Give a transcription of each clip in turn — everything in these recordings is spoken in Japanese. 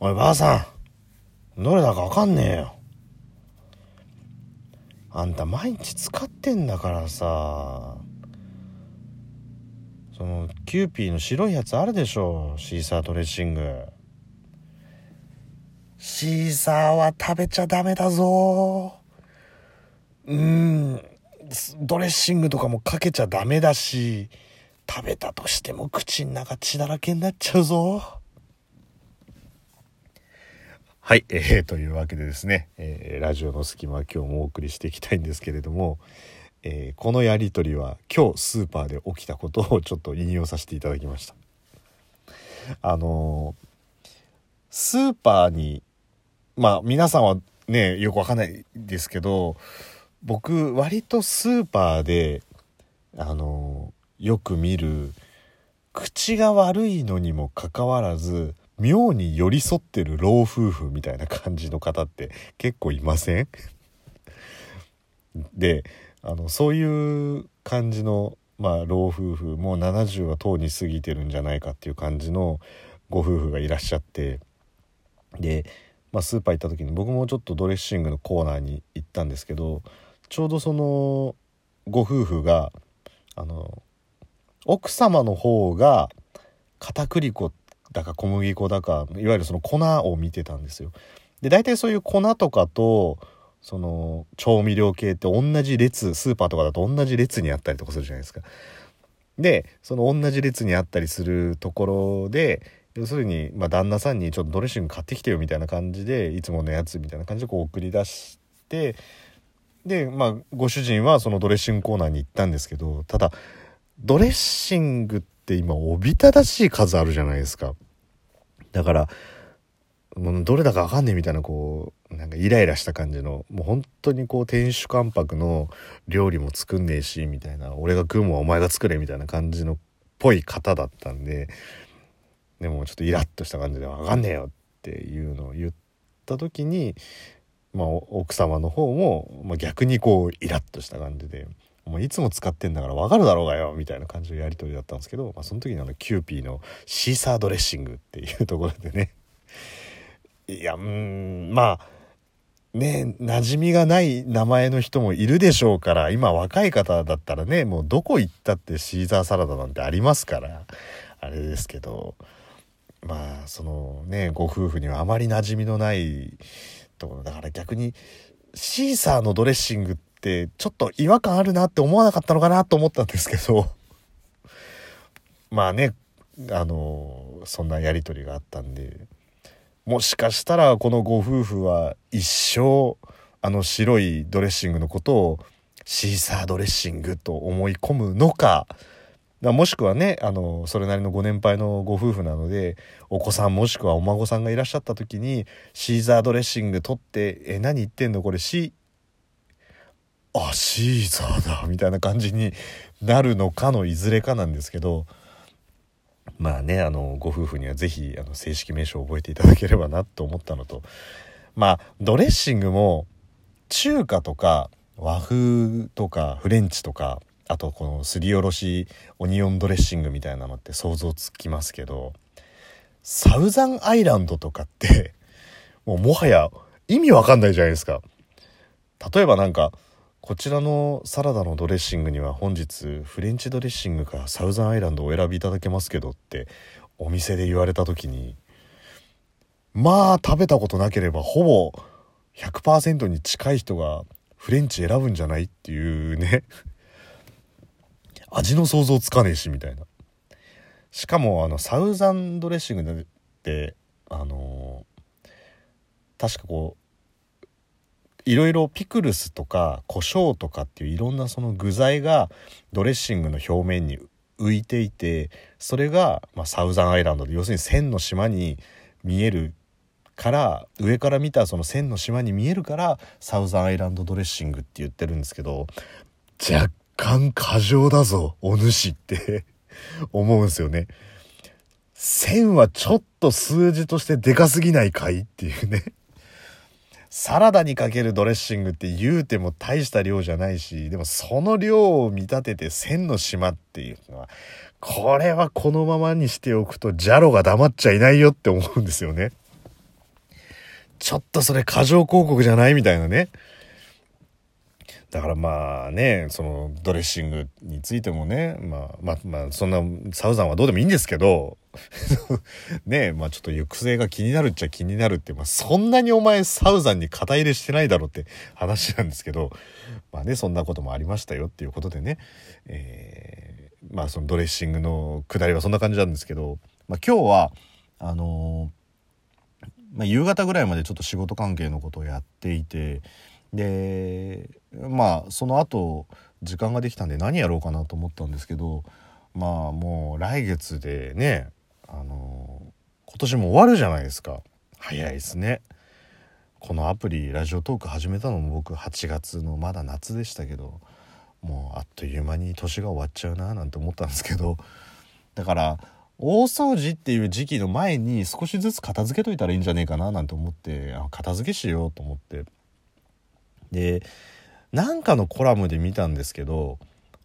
おいばあさん、どれだかわかんねえよ。あんた毎日使ってんだからさ、そのキューピーの白いやつあるでしょ、シーサードレッシング。シーサーは食べちゃダメだぞ。ドレッシングとかもかけちゃダメだし、食べたとしても口の中血だらけになっちゃうぞ。はい、というわけでですね、ラジオの隙間は今日もお送りしていきたいんですけれども、このやり取りは今日スーパーで起きたことをちょっと引用させていただきました。スーパーに皆さんはねよくわかんないですけど、僕割とスーパーでよく見る口が悪いのにもかかわらず妙に寄り添ってる老夫婦みたいな感じの方って結構いません？でそういう感じの、老夫婦、もう70はとうに過ぎてるんじゃないかっていう感じのご夫婦がいらっしゃって、で、スーパー行った時に僕もちょっとドレッシングのコーナーに行ったんですけど、ちょうどそのご夫婦が奥様の方が片栗粉だか小麦粉だか、いわゆるその粉を見てたんですよ。で、大体そういう粉とかとその調味料系って同じ列、スーパーとかだと同じ列にあったりとかするじゃないですか。で、その同じ列にあったりするところで、要するに旦那さんにちょっとドレッシング買ってきてよみたいな感じで、いつものやつみたいな感じでこう送り出して、でご主人はそのドレッシングコーナーに行ったんですけど、ただドレッシングって今おびただしい数あるじゃないですか。だからもうどれだか分かんねえみたいな、こうなんかイライラした感じの、もう本当にこう亭主関白の料理も作んねえしみたいな、俺が食うもんはお前が作れみたいな感じのっぽい方だったんで、でもちょっとイラッとした感じで分かんねえよっていうのを言った時に、奥様の方も、逆にこうイラッとした感じで、もういつも使ってんだから分かるだろうがよみたいな感じのやり取りだったんですけど、その時にキューピーのシーサードレッシングっていうところでね、いや馴染みがない名前の人もいるでしょうから、今若い方だったらね、もうどこ行ったってシーザーサラダなんてありますからあれですけど、そのねご夫婦にはあまり馴染みのないところだから、逆にシーサーのドレッシングってちょっと違和感あるなって思わなかったのかなと思ったんですけどそんなやり取りがあったんで、もしかしたらこのご夫婦は一生白いドレッシングのことをシーサードレッシングと思い込むのか、もしくはねそれなりのご年配のご夫婦なので、お子さんもしくはお孫さんがいらっしゃった時にシーザードレッシング取って何言ってんのこれシーザーだみたいな感じになるのかのいずれかなんですけど、ご夫婦にはぜひ正式名称を覚えていただければなと思ったのと、ドレッシングも中華とか和風とかフレンチとか、あとこのすりおろしオニオンドレッシングみたいなのって想像つきますけど、サウザンアイランドとかってもはや意味わかんないじゃないですか。例えばこちらのサラダのドレッシングには本日フレンチドレッシングかサウザンアイランドをお選びいただけますけどってお店で言われた時に、食べたことなければほぼ 100% に近い人がフレンチ選ぶんじゃないっていうね味の想像つかねえしみたいな。しかもサウザンドレッシングって確かこういろいろピクルスとか胡椒とかっていういろんなその具材がドレッシングの表面に浮いていて、それがサウザンアイランドで要するに千の島に見えるから、上から見たその千の島に見えるからサウザンアイランドドレッシングって言ってるんですけど、若干過剰だぞお主って思うんですよね。千はちょっと数字としてでかすぎないかいっていうね。サラダにかけるドレッシングって言うても大した量じゃないし、でもその量を見立てて千の島っていうのは、これはこのままにしておくとジャロが黙っちゃいないよって思うんですよね。 ちょっとそれ過剰広告じゃないみたいなね。だからまあね、そのドレッシングについてもね、まあそんなサウザンはどうでもいいんですけどね、まあちょっと行く末が気になるっちゃ気になるって、まあそんなにお前サウザンに肩入れしてないだろって話なんですけど、まあね、そんなこともありましたよっていうことでね、まあそのドレッシングの下りはそんな感じなんですけど、まあ今日はまあ、夕方ぐらいまでちょっと仕事関係のことをやっていて、でまあその後時間ができたんで何やろうかなと思ったんですけど、まあもう来月でね、今年も終わるじゃないですか。早いですね。このアプリラジオトーク始めたのも僕8月のまだ夏でしたけど、もうあっという間に年が終わっちゃうななんて思ったんですけど、だから大掃除っていう時期の前に少しずつ片付けといたらいいんじゃねえかななんて思って、片付けしようと思って、でなんかのコラムで見たんですけど、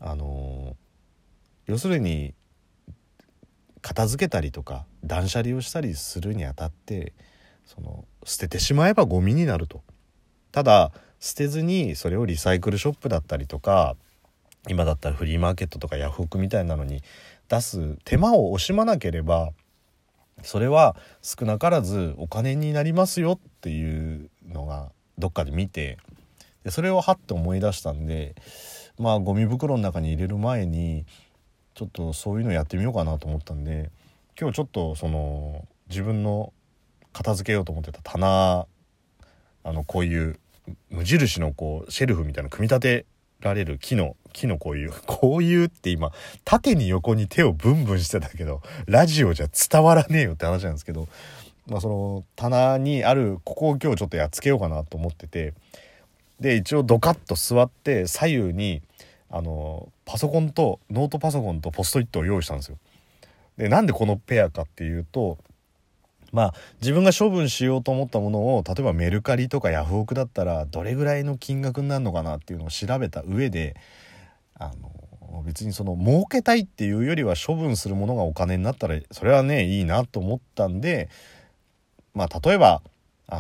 要するに片付けたりとか断捨離をしたりするにあたって、その捨ててしまえばゴミになると。ただ捨てずにそれをリサイクルショップだったりとか、今だったらフリーマーケットとかヤフオクみたいなのに出す手間を惜しまなければ、それは少なからずお金になりますよっていうのがどっかで見て、でそれをはって思い出したんで、まあゴミ袋の中に入れる前にちょっとそういうのやってみようかなと思ったんで、今日ちょっとその自分の片付けようと思ってた棚、こういう無印のこうシェルフみたいな組み立てられる木のこういうって今縦に横に手をブンブンしてたけどラジオじゃ伝わらねえよって話なんですけど、まあその棚にあるここを今日ちょっとやっつけようかなと思ってて、で一応ドカッと座って左右にパソコンとノートパソコンとポストイットを用意したんですよ。でなんでこのペアかっていうと、まあ自分が処分しようと思ったものを例えばメルカリとかヤフオクだったらどれぐらいの金額になるのかなっていうのを調べた上で、別にその儲けたいっていうよりは処分するものがお金になったらそれはねいいなと思ったんで、まあ例えば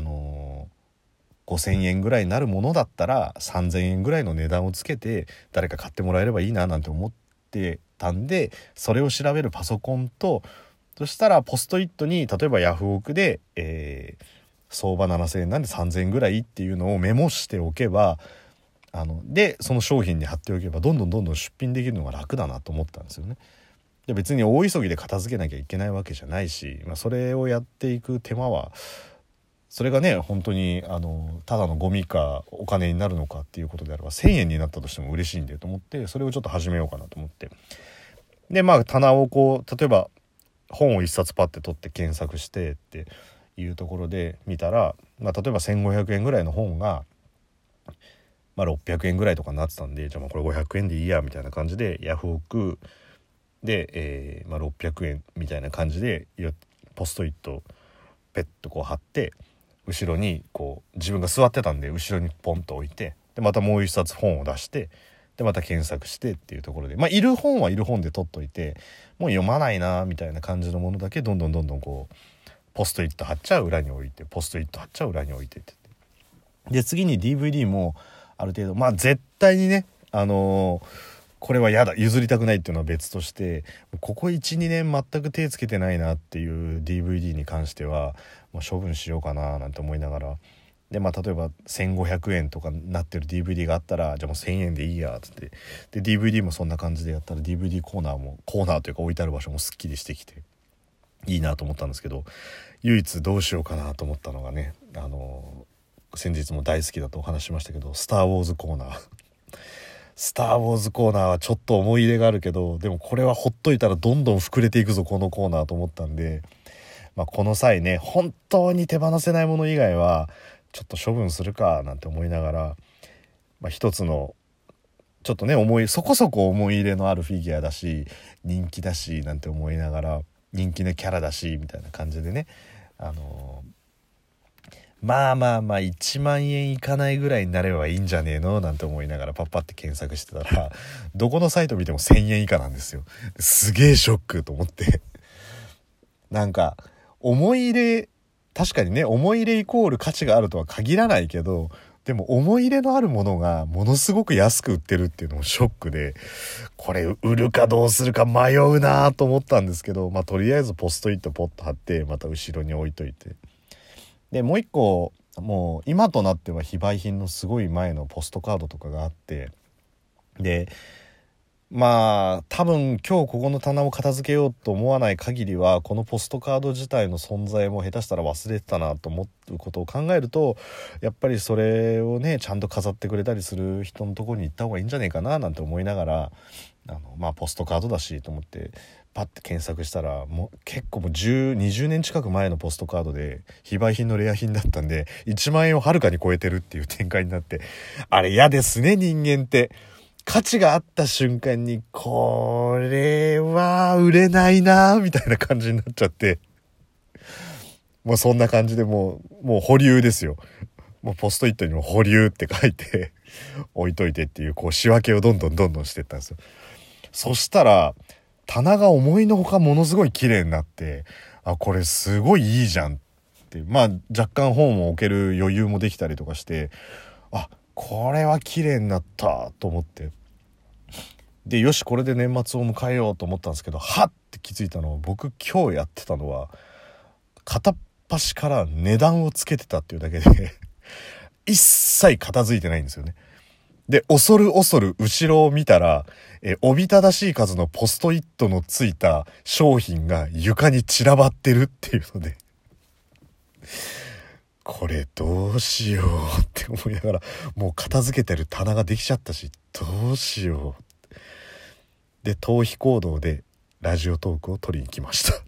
5,000円ぐらいになるものだったら3,000円ぐらいの値段をつけて誰か買ってもらえればいいななんて思ってたんで、それを調べるパソコンと、そしたらポストイットに例えばヤフオクで、相場7,000円なんで3,000円ぐらいっていうのをメモしておけば、でその商品に貼っておけばどんどん出品できるのが楽だなと思ったんですよね。で別に大急ぎで片付けなきゃいけないわけじゃないし、まあ、それをやっていく手間はそれがね本当にただのゴミかお金になるのかっていうことであれば1,000円になったとしても嬉しいんでと思って、それをちょっと始めようかなと思って、でまあ棚をこう例えば本を一冊パッて取って検索してっていうところで見たら、まあ、例えば1,500円ぐらいの本が、まあ、600円ぐらいとかになってたんで、じゃあまあこれ500円でいいやみたいな感じでヤフオクで、まあ、600円みたいな感じでポストイットペッとこう貼って、後ろにこう自分が座ってたんで後ろにポンと置いて、でまたもう一冊本を出して、でまた検索してっていうところで、まあいる本はいる本で取っといて、もう読まないなみたいな感じのものだけどんどんこうポストイット貼っちゃう裏に置いて、ポストイット貼っちゃう裏に置いてって、で次に DVD もある程度まあ絶対にねこれはやだ譲りたくないっていうのは別として、ここ 1,2 年全く手つけてないなっていう DVD に関してはもう処分しようかななんて思いながら、でまあ例えば1,500円とかなってる DVD があったらじゃあもう1,000円でいいやっつって、で DVD もそんな感じでやったら DVD コーナーというか置いてある場所もすっきりしてきていいなと思ったんですけど、唯一どうしようかなと思ったのがね、先日も大好きだとお話しましたけどスター・ウォーズコーナースター・ウォーズコーナーはちょっと思い入れがあるけど、でもこれはほっといたらどんどん膨れていくぞこのコーナーと思ったんで、まあ、この際ね本当に手放せないもの以外はちょっと処分するかなんて思いながら、まあ、一つのちょっとねそこそこ思い入れのあるフィギュアだし人気だしなんて思いながら、人気のキャラだしみたいな感じでね、まあ1万円いかないぐらいになればいいんじゃねえのなんて思いながらパッパって検索してたら、どこのサイト見ても1,000円以下なんですよ。すげえショックと思ってなんか思い入れ確かにね、思い入れイコール価値があるとは限らないけど、でも思い入れのあるものがものすごく安く売ってるっていうのもショックで、これ売るかどうするか迷うなと思ったんですけど、とりあえずポストイットポッと貼ってまた後ろに置いといて、でもう一個、もう今となっては非売品のすごい前のポストカードとかがあって、で多分今日ここの棚を片付けようと思わない限りは、このポストカード自体の存在も下手したら忘れてたなと思うことを考えると、やっぱりそれをねちゃんと飾ってくれたりする人のところに行った方がいいんじゃないかななんて思いながら、ポストカードだしと思ってパッて検索したら、もう結構もう20年近く前のポストカードで非売品のレア品だったんで、1万円をはるかに超えてるっていう展開になって、あれ嫌ですね、人間って。価値があった瞬間にこれは売れないなみたいな感じになっちゃって、もうそんな感じでもう保留ですよ。もうポストイットにも保留って書いて置いといてっていう、こう仕分けをどんどんしていったんですよ。そしたら棚が思いのほかものすごい綺麗になって、これすごいいいじゃんって、若干本を置ける余裕もできたりとかして、これは綺麗になったと思って、でよしこれで年末を迎えようと思ったんですけど、はって気づいたのは、僕今日やってたのは片っ端から値段をつけてたっていうだけで一切片付いてないんですよね。で恐る恐る後ろを見たら、おびただしい数のポストイットのついた商品が床に散らばってるっていうのでこれどうしようって思いながら、もう片付けてる棚ができちゃったし、どうしようで逃避行動でラジオトークを取りに来ました。